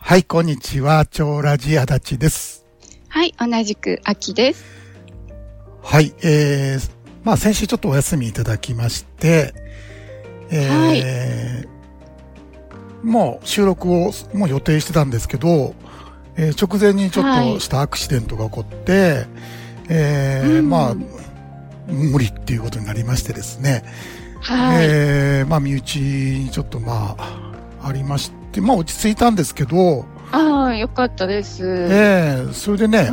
はい、こんにちは。超ラジ足立です。 はい、同じく秋です。 はい、先週ちょっとお休みいただきまして、 はい、 もう収録をもう予定してたんですけど、直前にちょっとしたアクシデントが起こって、無理っていうことになりましてですね。 はい。 身内にちょっとありまして、落ち着いたんですけど、 ああ、よかったです。 それでね、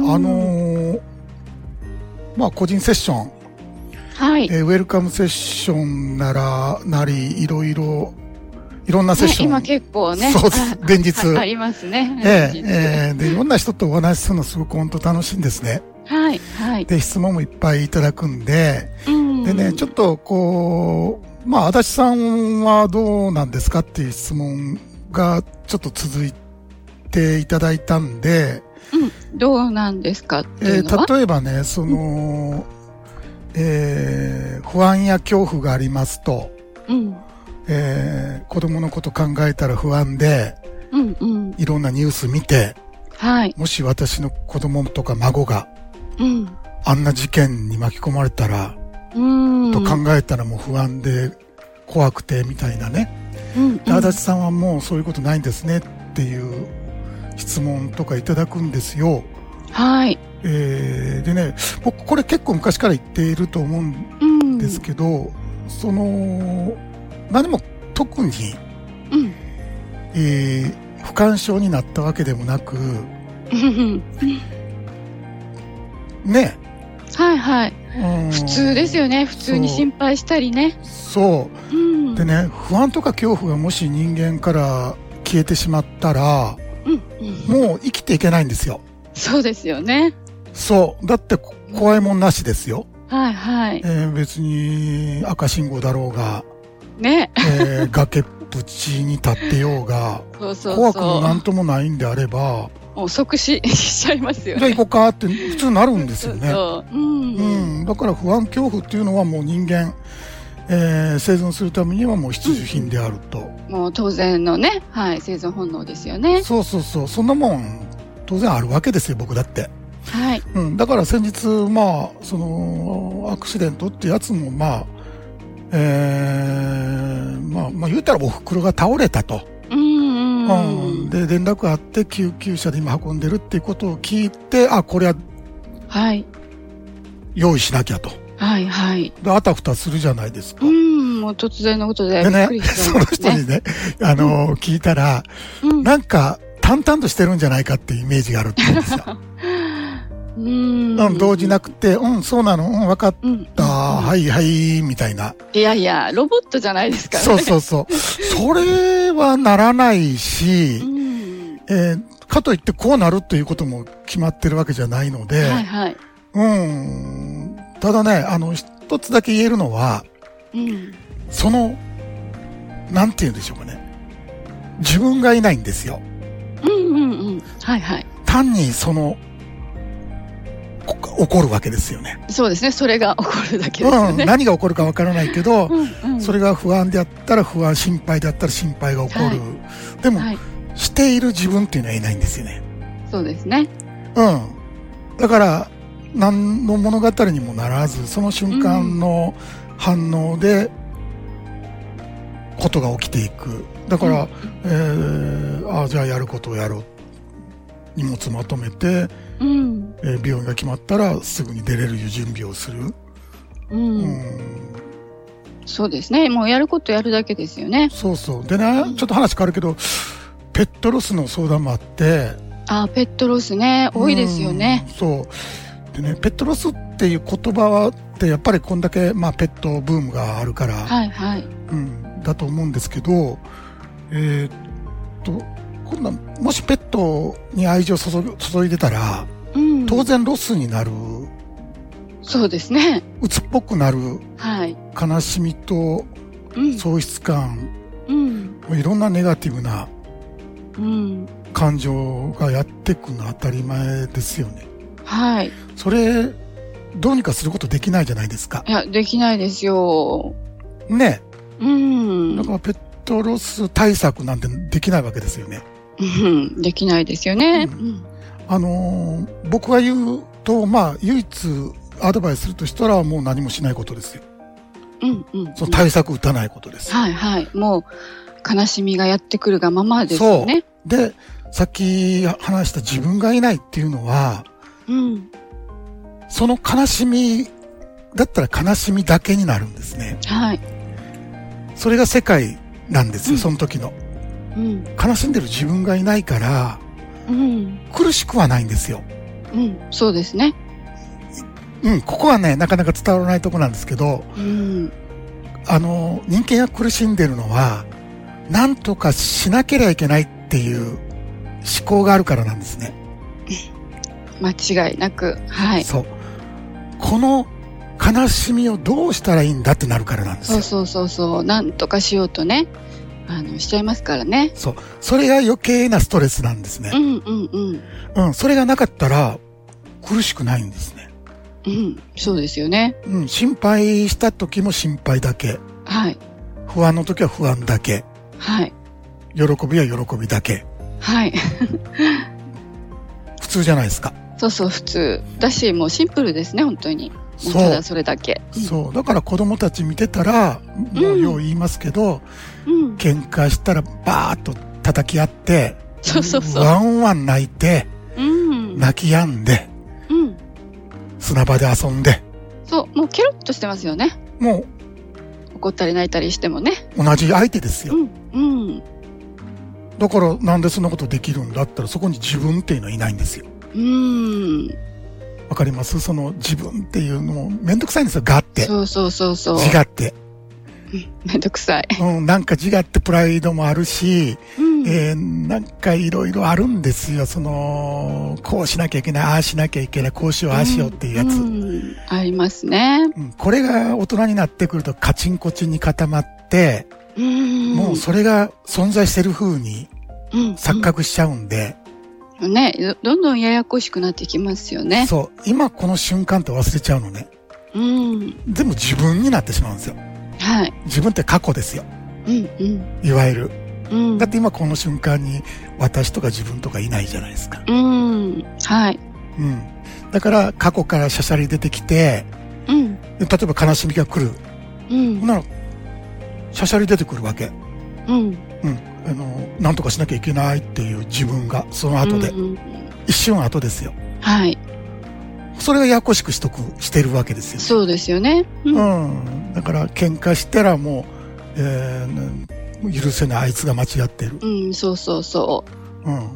個人セッション、 はい。 ウェルカムセッションなり、いろんなセッション。 今結構ね。 そうです。連日。 ありますね。 で、いろんな人とお話しするのすごく本当楽しいんですね。 はい、はい。 で、質問もいっぱいいただくんで、でね、ちょっと足立さんはどうなんですかっていう質問がちょっと続いていただいたんで、 どうなんですかっていうのは、 例えばね、不安や恐怖がありますと、子供のこと考えたら不安で、いろんなニュース見て、 はい、 もし私の子供とか孫が、あんな事件に巻き込まれたら、と考えたらもう不安で怖くてみたいなね。足立さんはもうそういうことないんですねっていう質問とかいただくんですよ。 はい。 でね、僕これ結構昔から言っていると思うんですけど、何も特に、不干渉になったわけでもなく、ね。 はいはい。普通ですよね。普通に心配したりね。 そう。でね、不安とか恐怖がもし人間から消えてしまったら、もう生きていけないんですよ。 そうですよね。 そう。だって怖いもんなしですよ。 はいはい。 別に赤信号だろうが、 ね。 崖っぷちに立ってようが、怖くもなんともないんであれば、 もう即死しちゃいますよね。 じゃあ行こうかって普通なるんですよね。だから不安恐怖っていうのはもう人間、生存するためにはもう必需品であると。 もう当然のね、はい、生存本能ですよね。 そう。そんなもん当然あるわけですよ、僕だって。 はい。 だから先日、アクシデントってやつも言うたらお袋が倒れたと。で、連絡あって救急車で今運んでるっていうことを聞いて、これは、用意しなきゃと。 はいはい。 で、あたふたするじゃないですか。 もう突然のことで。 でね、その人にね、聞いたら、なんか、淡々としてるんじゃないかっていうイメージがあるって言うんですよ。動じなくて、そうなの、わかった、はいはい、みたいな。 いやいや、ロボットじゃないですからね。 そう。それはならないし、かといってこうなるということも決まってるわけじゃないので、 はいはい。 ただね、一つだけ言えるのは、なんて言うんでしょうかね。自分がいないんですよ。 はいはい。 単に起こるわけですよね。 そうですね。それが起こるだけですよね。 何が起こるかわからないけど、それが不安であったら不安、心配であったら心配が起こる。でも、している自分っていうのはいないんですよね。 そうですね。 だから、何の物語にもならず、その瞬間の反応で、ことが起きていく。だから、じゃあやることをやろう。荷物まとめて、病院が決まったらすぐに出れる準備をする。 そうですね。もうやることやるだけですよね。 そう。でね、ちょっと話変わるけど、ペットロスの相談もあって。 ペットロスね、多いですよね。 そう。でね、ペットロスっていう言葉ってやっぱりこんだけ、ペットブームがあるから、だと思うんですけど、今度はもしペットに愛情を注いでたら、当然ロスになる。 そうですね。 鬱っぽくなる。悲しみと喪失感、いろんなネガティブな感情がやってくのは当たり前ですよね。それどうにかすることできないじゃないですか。 いや、できないですよ。 ね。だからペットロス対策なんてできないわけですよね。 できないですよね。 僕が言うと、唯一アドバイスするとしたら、もう何もしないことですよ。その対策打たないことです。 はいはい。もう、悲しみがやってくるがままですよね。 そう。で、さっき話した自分がいないっていうのは、その悲しみだったら悲しみだけになるんですね。 はい。 それが世界なんですよ、その時の。悲しんでる自分がいないから、苦しくはないんですよ。 そうですね。 ここはね、なかなか伝わらないとこなんですけど、人間が苦しんでるのは、なんとかしなければいけないっていう思考があるからなんですね。 間違いなく、はい。 そう。この悲しみをどうしたらいいんだってなるからなんですよ。 そう。なんとかしようとね、しちゃいますからね。 そう。それが余計なストレスなんですね。それがなかったら苦しくないんですね。 そうですよね。 心配した時も心配だけ。 はい。 不安の時は不安だけ。 はい。 喜びは喜びだけ。 はい。 普通じゃないですか。 そう、普通。だし、もうシンプルですね、本当に。ただそれだけ。 そう。だから子供たち見てたら、もうよう言いますけど、喧嘩したらバーッと叩き合って、ワンワン泣いて、泣き止んで、砂場で遊んで。 そう、もうケロッとしてますよね。 もう、 怒ったり泣いたりしてもね。 同じ相手ですよ。だから、なんでそんなことできるんだったら、そこに自分っていうのはいないんですよ。わかります？その自分っていうのもめんどくさいんですよ、がって。 そう。 自我って。 めんどくさい。 なんか自我ってプライドもあるし、なんかいろいろあるんですよ。こうしなきゃいけない、ああしなきゃいけない、こうしよう、ああしようっていうやつ。 ありますね。 これが大人になってくるとカチンコチンに固まって、もうそれが存在してる風に錯覚しちゃうんで、 ね、どんどんややこしくなってきますよね。 そう。今この瞬間って忘れちゃうのね。全部自分になってしまうんですよ。 はい。 自分って過去ですよ。いわゆる。だって今この瞬間に私とか自分とかいないじゃないですか。 はい。 だから過去からしゃしゃり出てきて、例えば悲しみが来る。なら、しゃしゃり出てくるわけ。なんとかしなきゃいけないっていう自分が、その後で。一瞬後ですよ。 はい。 それがややこしくしてるわけですよ。 そうですよね。 だから喧嘩したらもう、許せないあいつが間違ってる。 そう。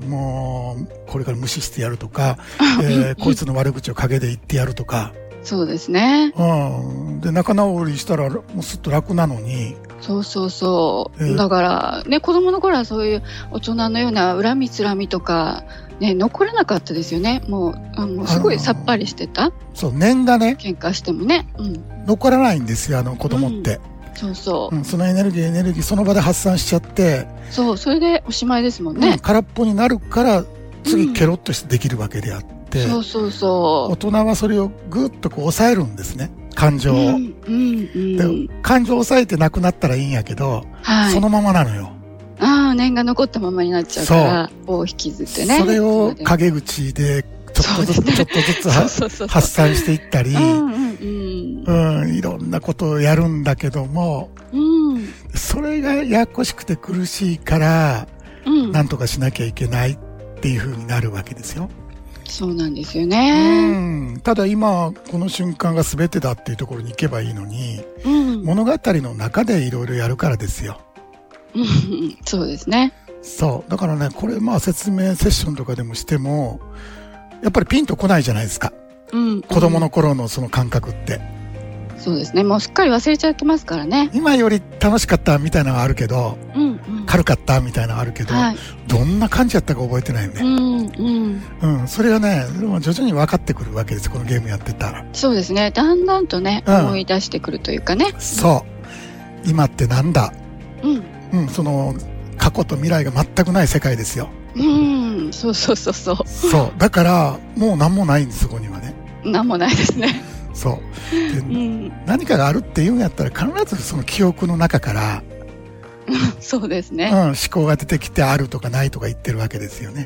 もう、これから無視してやるとか、こいつの悪口を陰で言ってやるとか。 そうですね。 で、仲直りしたら、もうすっと楽なのに。 そう。だから、ね、子供の頃はそういう大人のような恨みつらみとか、ね、残らなかったですよね。もうすごいさっぱりしてた。 そう、念がね。 喧嘩してもね。 残らないんですよ、子供って。 そう。 そのエネルギーその場で発散しちゃって。 そう、それでおしまいですもんね。 空っぽになるから、次ケロッとしてできるわけであって。 そう。 大人はそれをぐっとこう抑えるんですね。感情を。で感情を抑えてなくなったらいいんやけど、そのままなのよ。 念が残ったままになっちゃうから、尾を引きずってね。 それを陰口で、ちょっとずつ発散していったり、いろんなことをやるんだけども、それがややこしくて苦しいから、なんとかしなきゃいけないっていう風になるわけですよ。 そうなんですよね。 ただ今この瞬間が全てだっていうところに行けばいいのに、物語の中でいろいろやるからですよ。 そうですね。 そうだからね、これ説明セッションとかでもしてもやっぱりピンとこないじゃないですか。子供の頃のその感覚って。 そうですね。もうすっかり忘れちゃってますからね。 今より楽しかったみたいなのがあるけど、軽かったみたいなのがあるけど、どんな感じやったか覚えてないよね。それがね、徐々に分かってくるわけです、このゲームやってたら。 そうですね。だんだんとね、思い出してくるというかね。 そう。今ってなんだ。その過去と未来が全くない世界ですよ。 そう。そう。 だからもう何もないんです、そこにはね。 何もないですね。 そうで、何かがあるっていうんやったら必ずその記憶の中からそうですね。 思考が出てきてあるとかないとか言ってるわけですよね。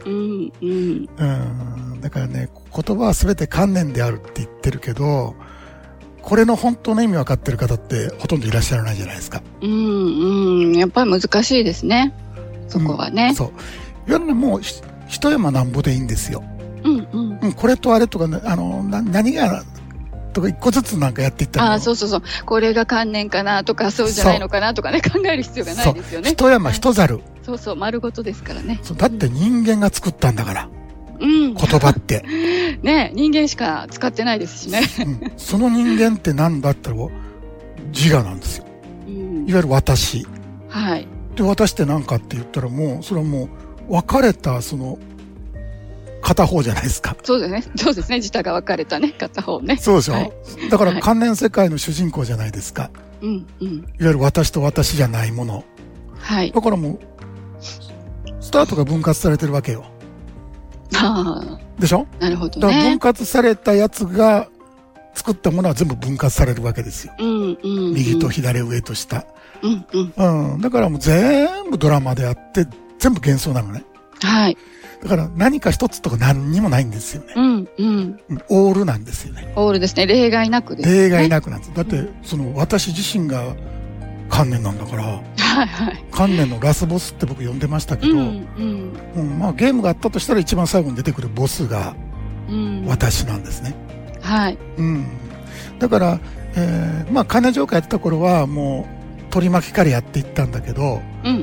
だからね、言葉は全て観念であるって言ってるけど、これの本当の意味分かってる方ってほとんどいらっしゃらないじゃないですか。 やっぱり難しいですね。そこはね。 そう。いわゆるもう一山なんぼでいいんですよ。これとあれとかね、何がとか一個ずつなんかやっていったら。 そう。これが観念かなとか、そうじゃないのかなとかね、考える必要がないですよね。 一山一ざる。 そう、丸ごとですからね。 だって人間が作ったんだから。言葉って。 ね、人間しか使ってないですしね。 その人間って何だったら自我なんですよ。いわゆる私。 はい。 で、私って何かって言ったらもう、それはもう、分かれた、片方じゃないですか。 そうですね。自他が分かれたね、片方ね。 そうでしょ。だから観念世界の主人公じゃないですか。いわゆる私と私じゃないもの。 はい。 だからもう、スタートが分割されてるわけよ。でしょ？ なるほどね。 だから分割されたやつが作ったものは全部分割されるわけですよ。右と左、上と下。だからもう全部ドラマであって、全部幻想なのね。 はい。 だから何か一つとか何にもないんですよね。オールなんですよね。 オールですね。例外なくですね。 例外なくなんです。だって、私自身が観念なんだから、観念のラスボスって僕呼んでましたけど、まあゲームがあったとしたら一番最後に出てくるボスが私なんですね。 はい。 だから、まあ金城家やってた頃はもう取り巻きからやっていったんだけど、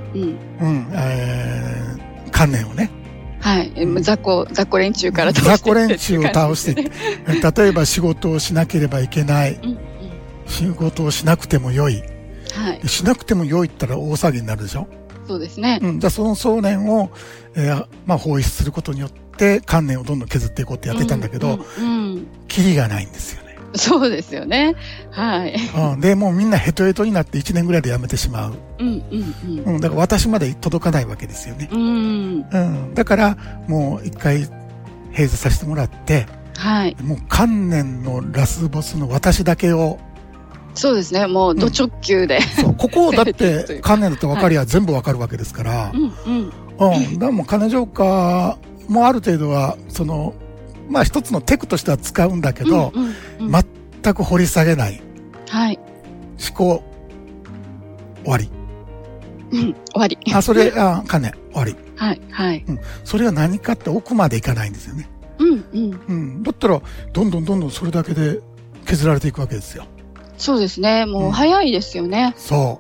観念をね。 はい。雑魚連中から倒して。雑魚連中を倒して、例えば仕事をしなければいけない。仕事をしなくても良い。 はい。 しなくても良いったら大騒ぎになるでしょ。 そうですね。 じゃあその想念を、まあ放出することによって観念をどんどん削っていこうってやってたんだけど、キリがないんですよね。 そうですよね。はい。 で、もうみんなヘトヘトになって1年ぐらいで辞めてしまう。だから私まで届かないわけですよね。だから、もう一回閉鎖させてもらって、 はい。 もう観念のラスボスの私だけを、 そうですね。もう、ド直球で。 そう、ここをだって、観念だって分かりゃ全部分かるわけですから。だからもう金城家もある程度は、まあ一つのテクとしては使うんだけど、全く掘り下げない。 はい。 思考、終わり。 終わり。 それ、観念、終わり。 はい。 それが何かって奥までいかないんですよね。だったら、どんどんそれだけで削られていくわけですよ。 そうですね。もう早いですよね。 そう。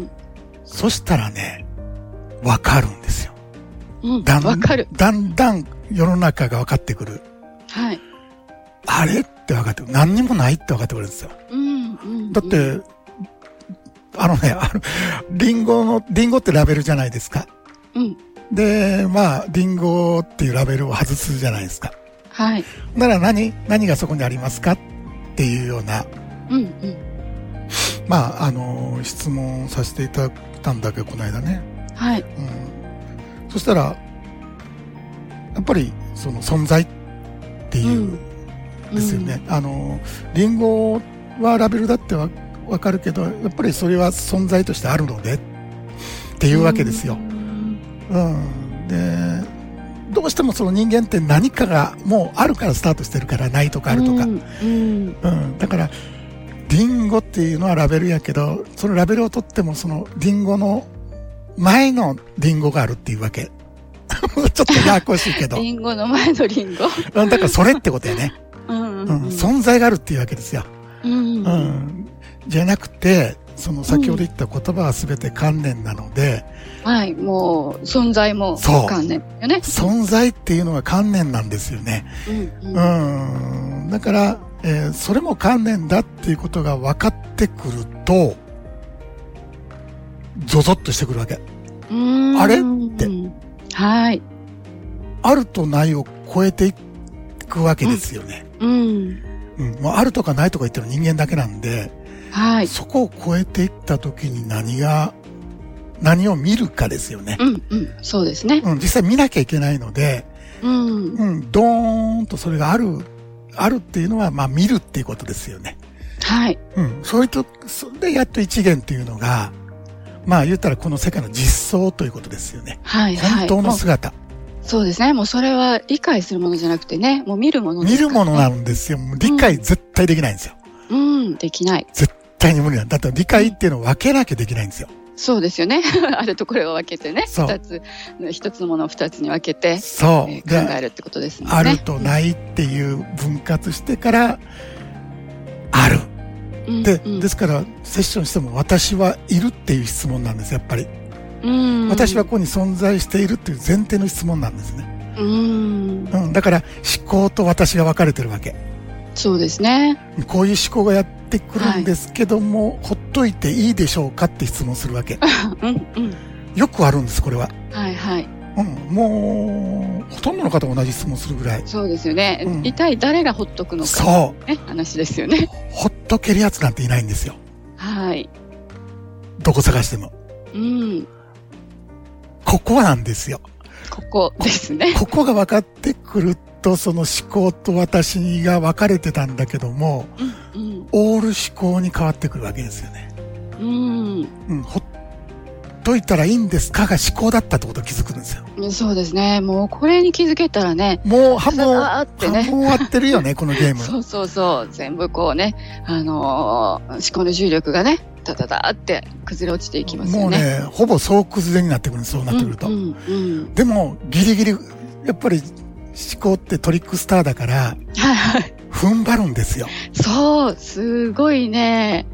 そしたらね、わかるんですよ。 わかる。 だんだん世の中が分かってくる。 はい。 あれって分かってくる。何にもないって分かってくるんですよ。だって、リンゴってラベルじゃないですか。で、まあ、リンゴっていうラベルを外すじゃないですか。 はい。 なら何がそこにありますかっていうような、まあ、質問させていただいたんだけど、この間ね。 はい。 そしたら、やっぱり、存在っていう、ですよね。リンゴはラベルだってわかるけど、やっぱりそれは存在としてあるので、っていうわけですよ。で、どうしてもその人間って何かがもうあるからスタートしてるから、ないとかあるとか。だから、リンゴっていうのはラベルやけど、そのラベルを取ってもそのリンゴの前のリンゴがあるっていうわけ。ちょっとややこしいけど。 リンゴの前のリンゴ。 だからそれってことやね。存在があるっていうわけですよ。じゃなくて、先ほど言った言葉は全て観念なので、 はい、もう、存在も観念よね。 存在っていうのは観念なんですよね。だから、それも観念だっていうことが分かってくると、ゾゾッとしてくるわけ。あれって。 はい。 あるとないを超えていくわけですよね。もうあるとかないとか言ってる人間だけなんで、 はい。 そこを超えていったときに何を見るかですよね。 そうですね。 実際見なきゃいけないので、ドーンとそれがあるっていうのは、まあ見るっていうことですよね。 はい。 それでやっと一元っていうのがまあ言ったらこの世界の実相ということですよね。 はいはい。 本当の姿。 そうですね。もうそれは理解するものじゃなくてね、もう見るものですからね。 見るものなんですよ。もう理解絶対できないんですよ。 できない。 絶対に無理なんだ。だって理解っていうのを分けなきゃできないんですよ。 そうですよね。あるところを分けてね。一つのものを二つに分けて。 そう。 考えるってことですもんね。 あるとないっていう分割してから、ある。ですから、セッションしても私はいるっていう質問なんです、やっぱり。私はここに存在しているっていう前提の質問なんですね。だから思考と私が分かれてるわけ。 そうですね。 こういう思考がやってくるんですけども、ほっといていいでしょうかって質問するわけ。よくあるんです、これは。 はいはい。 もうほとんどの方も同じ質問するぐらい。 そうですよね。一体誰がほっとくのか、 そう、 話ですよね。 ほっとけるやつなんていないんですよ。 はい。 どこ探しても。ここなんですよ。 ここですね。 ここが分かってくると、その思考と私が分かれてたんだけども、オール思考に変わってくるわけですよね。ほっといたらいいんですかが思考だったってことを気づくんですよ。 そうですね。もうこれに気づけたらね。 もう半分終わってるよね、このゲーム。 そう。全部こうね、思考の重力がね、ダダダって崩れ落ちていきますよね。 もうね、ほぼ総崩れになってくるんです、そうなってくると。でも、ギリギリ、やっぱり思考ってトリックスターだから、踏ん張るんですよ。 そう、すごいね、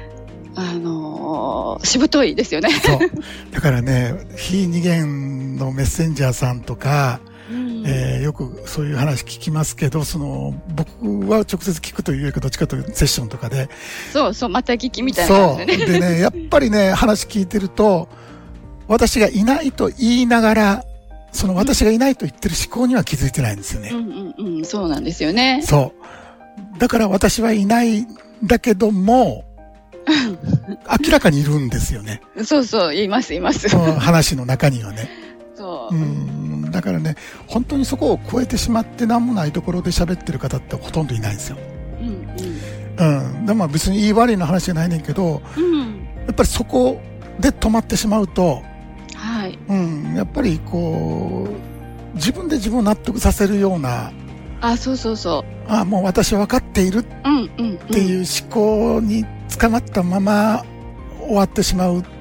しぶといですよね。 そう。だからね、非二元のメッセンジャーさんとか、よくそういう話聞きますけど、僕は直接聞くというよりかどっちかというとセッションとかで。 そう、また聞きみたいな感じでね。 そう。でね、やっぱりね、話聞いてると、私がいないと言いながら、その私がいないと言ってる思考には気づいてないんですよね。 そうなんですよね。 そう。だから私はいないんだけども、明らかにいるんですよね。 そう、言います。 話の中にはね。 そう。 だからね、本当にそこを超えてしまって何もないところで喋ってる方ってほとんどいないんですよ。でも別に言い悪いの話じゃないねんけど、やっぱりそこで止まってしまうと、やっぱりこう、自分で自分を納得させるような、 そう。 もう私は分かっているっていう思考に捕まったまま終わってしまう。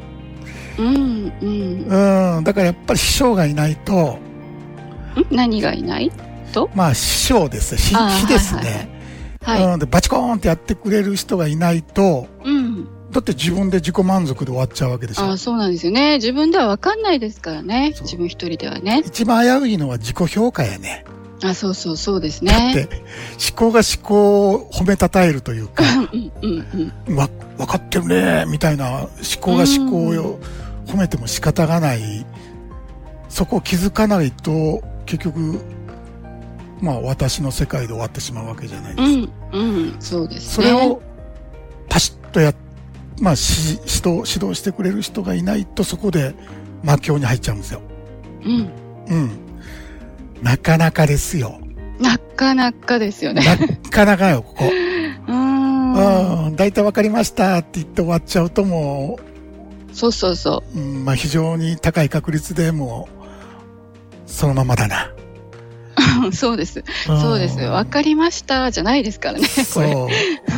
だからやっぱり師匠がいないと。 何がいないと？ 師匠です。師ですね。で、バチコーンってやってくれる人がいないと、だって自分で自己満足で終わっちゃうわけでしょ。 そうなんですよね。自分では分かんないですからね。自分一人ではね。 一番危ういのは自己評価やね。 そうですね。 だって、思考が思考を褒めたたえるというか、分かってるね、みたいな、思考が思考を褒めても仕方がない、そこを気づかないと、結局、私の世界で終わってしまうわけじゃないですか。 そうですね。 それを、パシッと指導してくれる人がいないと、そこで魔境に入っちゃうんですよ。なかなかですよ。 なかなかですよね。 なかなかよ、ここ。大体わかりましたって言って終わっちゃうともう。 そう。 非常に高い確率でもう、そのままだな。 そうです。わかりましたじゃないですからね。 そう。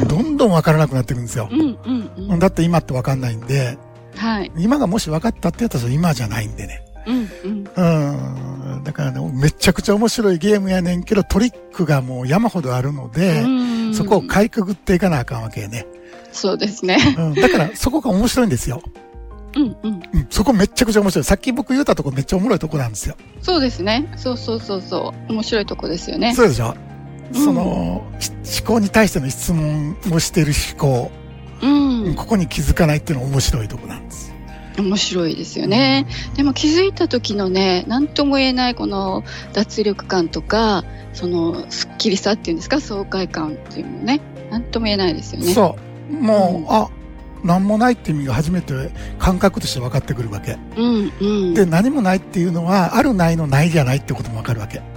どんどんわからなくなっていくんですよ。だって今ってわかんないんで。今がもしわかったって言ったら今じゃないんでね。だからね、めちゃくちゃ面白いゲームやねんけど、トリックがもう山ほどあるので、そこをかいくぐっていかなあかんわけやね。 そうですね。 だからそこが面白いんですよ。そこめちゃくちゃ面白い。さっき僕言ったとこめっちゃおもろいとこなんですよ。 そうですね。そう。面白いとこですよね。 そうでしょ。思考に対しての質問をしている思考。ここに気づかないっていうのは面白いとこなんです。 面白いですよね。でも気づいた時のね、何とも言えないこの脱力感とか、そのスッキリさっていうんですか、爽快感っていうのもね、何とも言えないですよね。 そう。もう、なんもないって意味が初めて感覚として分かってくるわけ。で、何もないっていうのは、あるないのないじゃないってことも分かるわけ。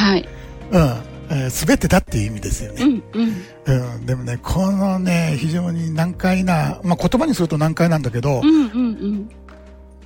すべてだっていう意味ですよね。でもね、このね、非常に難解な、言葉にすると難解なんだけど、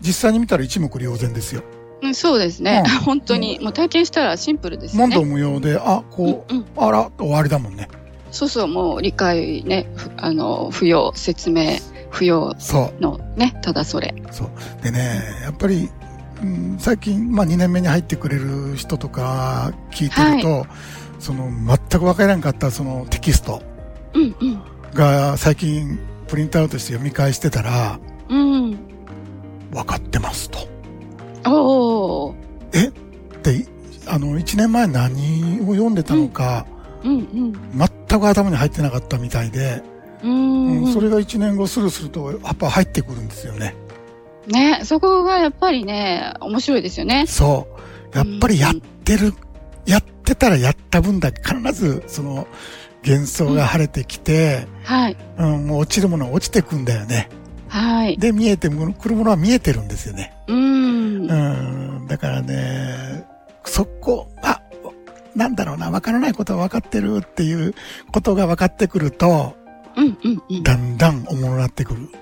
実際に見たら一目瞭然ですよ。 そうですね。本当に、もう体験したらシンプルですよね。 問答無用で、あら、終わりだもんね。 そうそう、もう理解ね、不要、説明不要のね、ただそれ。 そう。でね、やっぱり、最近、2年目に入ってくれる人とか聞いてると、全く分からなかったそのテキストが最近プリントアウトして読み返してたら、分かってますと。って、1年前何を読んでたのか、全く頭に入ってなかったみたいで、それが1年後スルスルとやっぱ入ってくるんですよね。 ね、そこがやっぱりね、面白いですよね。 そう。やっぱりやってたらやった分だけ必ずその幻想が晴れてきて、もう落ちるものは落ちてくんだよね。で、見えてくるものは見えてるんですよね。だからね、なんだろうな、わからないことはわかってるっていうことが分かってくると、だんだんおもろなってくる。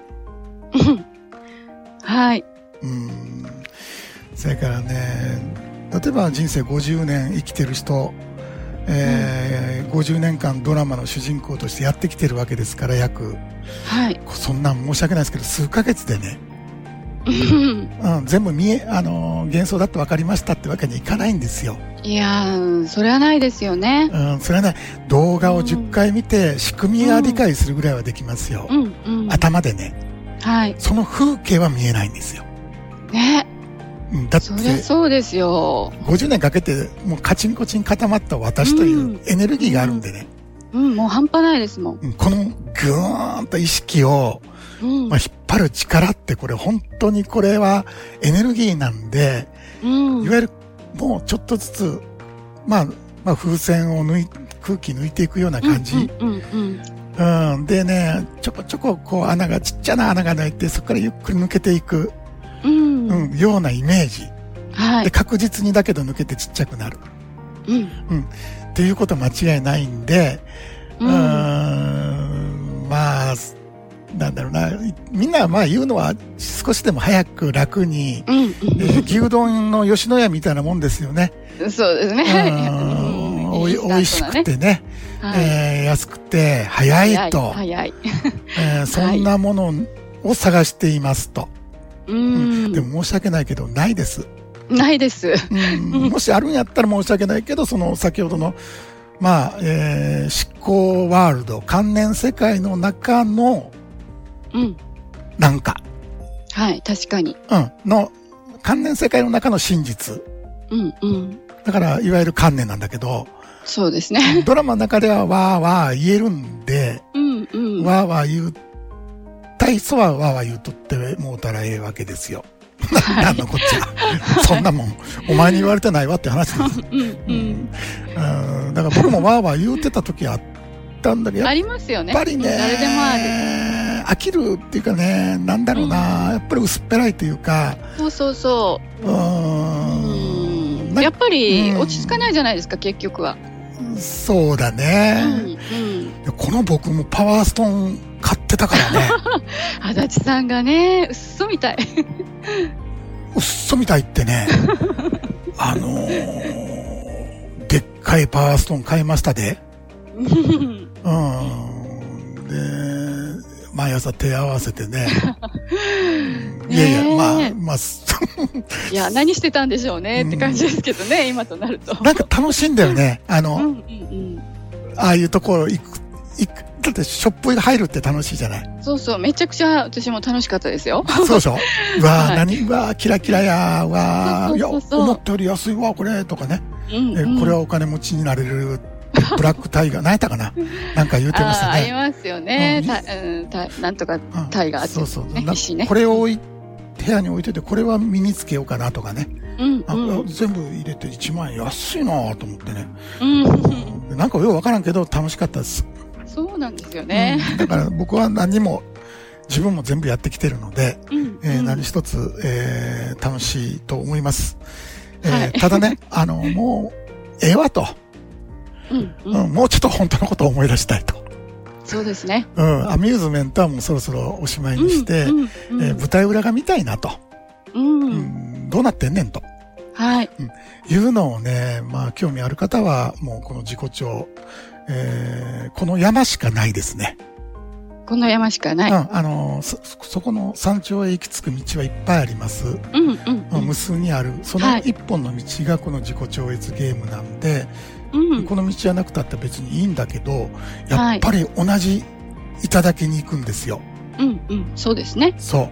それからね、例えば人生50年生きてる人、50年間ドラマの主人公としてやってきてるわけですから約、そんなん申し訳ないですけど数ヶ月でね、全部幻想だって分かりましたってわけにいかないんですよ。 いやー、それはないですよね。 それはない。動画を10回見て仕組みが理解するぐらいはできますよ。頭でね。その風景は見えないんですよ。 ね。 だって、 そりゃそうですよ。 50年かけてもうカチンコチン固まった私というエネルギーがあるんでね。 もう半端ないですもん。 このぐーんと意識を、引っ張る力ってこれ本当にこれはエネルギーなんで、いわゆるもうちょっとずつ、風船を空気抜いていくような感じ。でね、ちょこちょここうちっちゃな穴が開いて、そこからゆっくり抜けていく、ようなイメージ。で、確実にだけど抜けてちっちゃくなる。っていうことは間違いないんで、なんだろうな、みんな言うのは少しでも早く楽に、牛丼の吉野家みたいなもんですよね。 そうですね。 美味しくてね、安くて早いと、そんなものを探していますと。でも申し訳ないけどないです。 ないです。 もしあるんやったら申し訳ないけど、その先ほどの思考ワールド、観念世界の中のなんか、 確かに、 の観念世界の中の真実、だからいわゆる観念なんだけど、 そうですね。 ドラマの中ではわーわー言えるんで、わーわー言う体操はわーわー言うとってもうたらええわけですよ。なんのこっちゃ。そんなもんお前に言われてないわって話です。だから僕もわーわー言うてた時あったんだけど、 ありますよね。 やっぱりね、 誰でもある。 飽きるっていうかね、なんだろうな、やっぱり薄っぺらいというか、 やっぱり落ち着かないじゃないですか、結局は。 そうだね。この僕もパワーストーン買ってたからね。 足立さんがね、うっそみたい。 うっそみたいってね、でっかいパワーストーン買いましたで。で、毎朝手合わせてね。いや、何してたんでしょうねって感じですけどね、今となると。 なんか楽しいんだよね。ああいうところ行く。だってショップに入るって楽しいじゃない。 そうそう、めちゃくちゃ私も楽しかったですよ。 そうでしょ。うわー、うわー、キラキラやー、わー、いや、思ったより安いわ、これ、とかね。これはお金持ちになれる。ブラックタイガー、何やったかな、なんか言うてましたね。 ありますよね。なんとかタイガーって、ね。そう。 これを部屋に置いてて、これは身につけようかなとかね。全部入れて1万円安いなと思ってね。なんかよくわからんけど楽しかったです。 そうなんですよね。 だから僕は何も自分も全部やってきてるので、何一つ、楽しいと思います。ただね、もうええわと。もうちょっと本当のことを思い出したいと。 そうですね。 アミューズメントはもうそろそろおしまいにして、舞台裏が見たいなと。 どうなってんねんと。 はい。 いうのをね、まあ、興味ある方は、もうこの自己調、この山しかないですね。 この山しかない。 そこの山頂へ行き着く道はいっぱいあります。無数にある。その一本の道がこの自己超越ゲームなんで、この道じゃなくたって別にいいんだけど、やっぱり同じ頂に行くんですよ。 そうですね。 そう。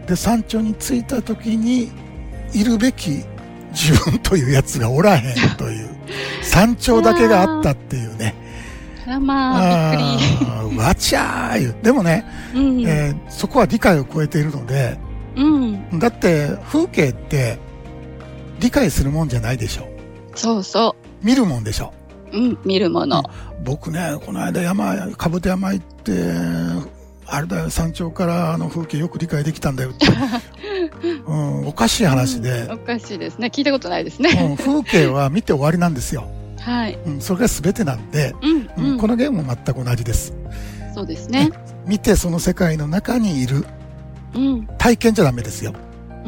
で、山頂に着いた時に、いるべき自分というやつがおらへんという、山頂だけがあったっていうね。 まあ、びっくり。 わちゃーいう。でもね、そこは理解を超えているので、だって風景って理解するもんじゃないでしょ。 そうそう。 見るもんでしょ。 見るもの。 僕ね、この間かぶと山行って、あれだよ、山頂から風景よく理解できたんだよって。おかしい話で。 おかしいですね。聞いたことないですね。 風景は見て終わりなんですよ。 はい。 それが全てなんで、このゲームも全く同じです。 そうですね。 見てその世界の中にいる。体験じゃダメですよ。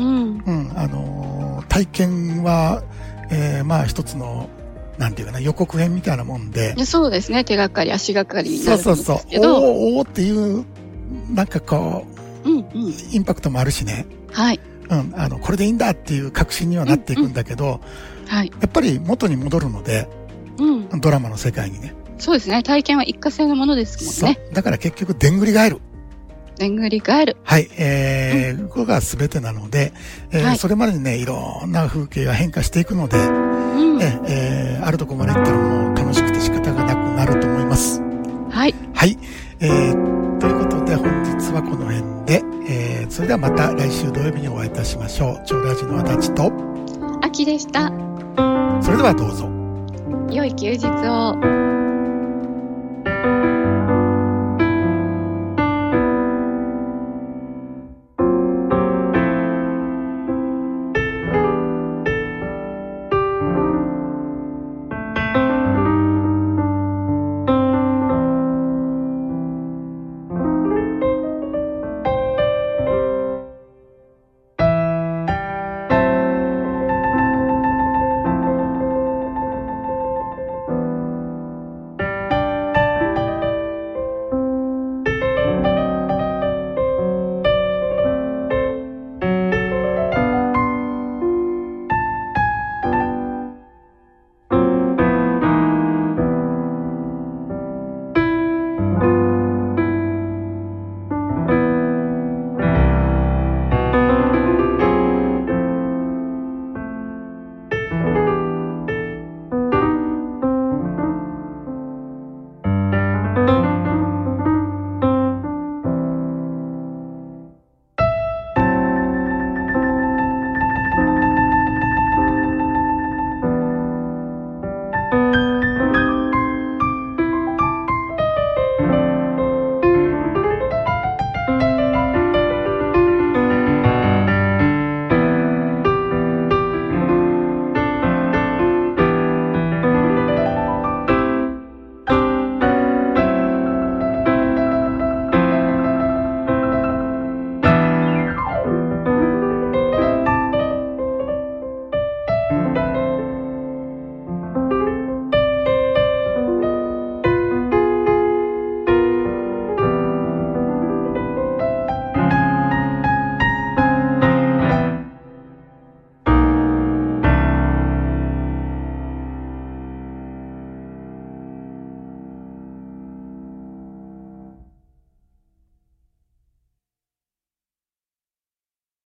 体験は、まあ一つの、なんていうかな、予告編みたいなもんで。 そうですね。手がかり、足がかりになるんですけど。 おーっていう、なんかこう、インパクトもあるしね。 はい。 これでいいんだっていう確信にはなっていくんだけど、やっぱり元に戻るので、ドラマの世界にね。 そうですね。体験は一過性のものですもんね。 だから結局、でんぐり返る。 でんぐり返る。 はい。ここが全てなので、それまでにね、いろんな風景が変化していくので、あるとこまで行ったらもう楽しくて仕方がなくなると思います。 はい。 はい。ということで本日はこの辺で、それではまた来週土曜日にお会いいたしましょう。超ラジの足立と、 あきでした。 それではどうぞ。 良い休日を。